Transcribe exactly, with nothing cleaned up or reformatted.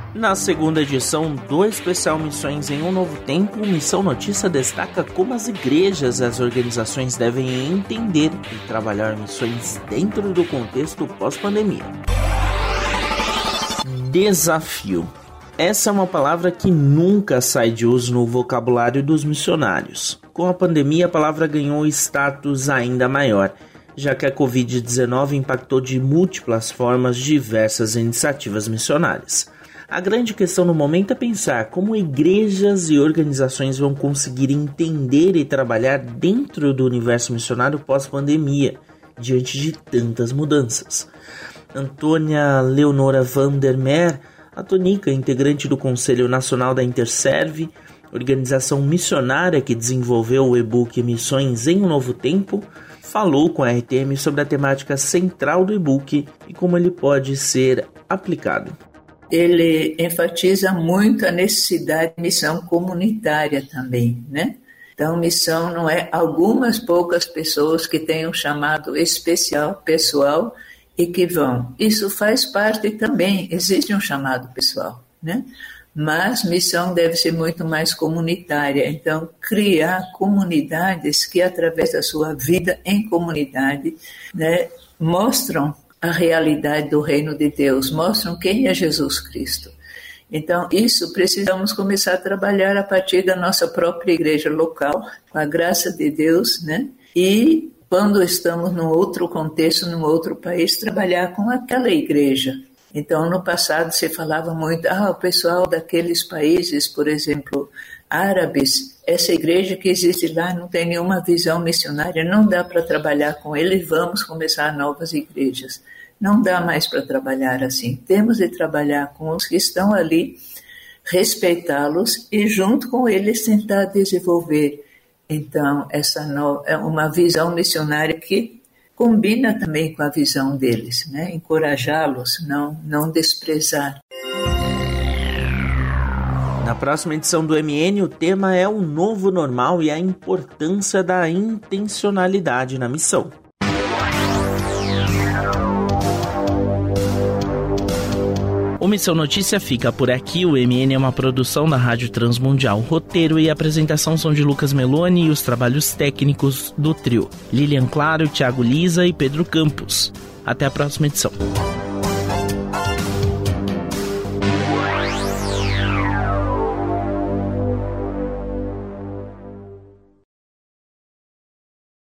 Na segunda edição do especial Missões em um Novo Tempo, Missão Notícia destaca como as igrejas e as organizações devem entender e trabalhar missões dentro do contexto pós-pandemia. Desafio. Essa é uma palavra que nunca sai de uso no vocabulário dos missionários. Com a pandemia, a palavra ganhou status ainda maior, já que a covid dezenove impactou de múltiplas formas diversas iniciativas missionárias. A grande questão no momento é pensar como igrejas e organizações vão conseguir entender e trabalhar dentro do universo missionário pós-pandemia, diante de tantas mudanças. Antônia Leonora van der Meer, a Tonica, integrante do Conselho Nacional da Interserve, organização missionária que desenvolveu o e-book Missões em um Novo Tempo, falou com a R T M sobre a temática central do e-book e como ele pode ser aplicado. Ele enfatiza muito a necessidade de missão comunitária também, né? Então, missão não é algumas poucas pessoas que têm um chamado especial, pessoal, e que vão. Isso faz parte também, existe um chamado pessoal, né? Mas missão deve ser muito mais comunitária. Então, criar comunidades que, através da sua vida em comunidade, né, mostram a realidade do reino de Deus, mostram quem é Jesus Cristo. Então, isso precisamos começar a trabalhar a partir da nossa própria igreja local, com a graça de Deus, né? E quando estamos num outro contexto, num outro país, trabalhar com aquela igreja. Então, no passado se falava muito, ah, o pessoal daqueles países, por exemplo, árabes, essa igreja que existe lá não tem nenhuma visão missionária, não dá para trabalhar com eles, vamos começar novas igrejas. Não dá mais para trabalhar assim. Temos de trabalhar com os que estão ali, respeitá-los e junto com eles tentar desenvolver, então, essa no... é uma visão missionária que combina também com a visão deles, né? Encorajá-los, não, não desprezar. Na próxima edição do M N, o tema é o novo normal e a importância da intencionalidade na missão. O Missão Notícia fica por aqui. O M N é uma produção da Rádio Transmundial. O roteiro e a apresentação são de Lucas Meloni e os trabalhos técnicos do trio Lilian Claro, Thiago Lisa e Pedro Campos. Até a próxima edição.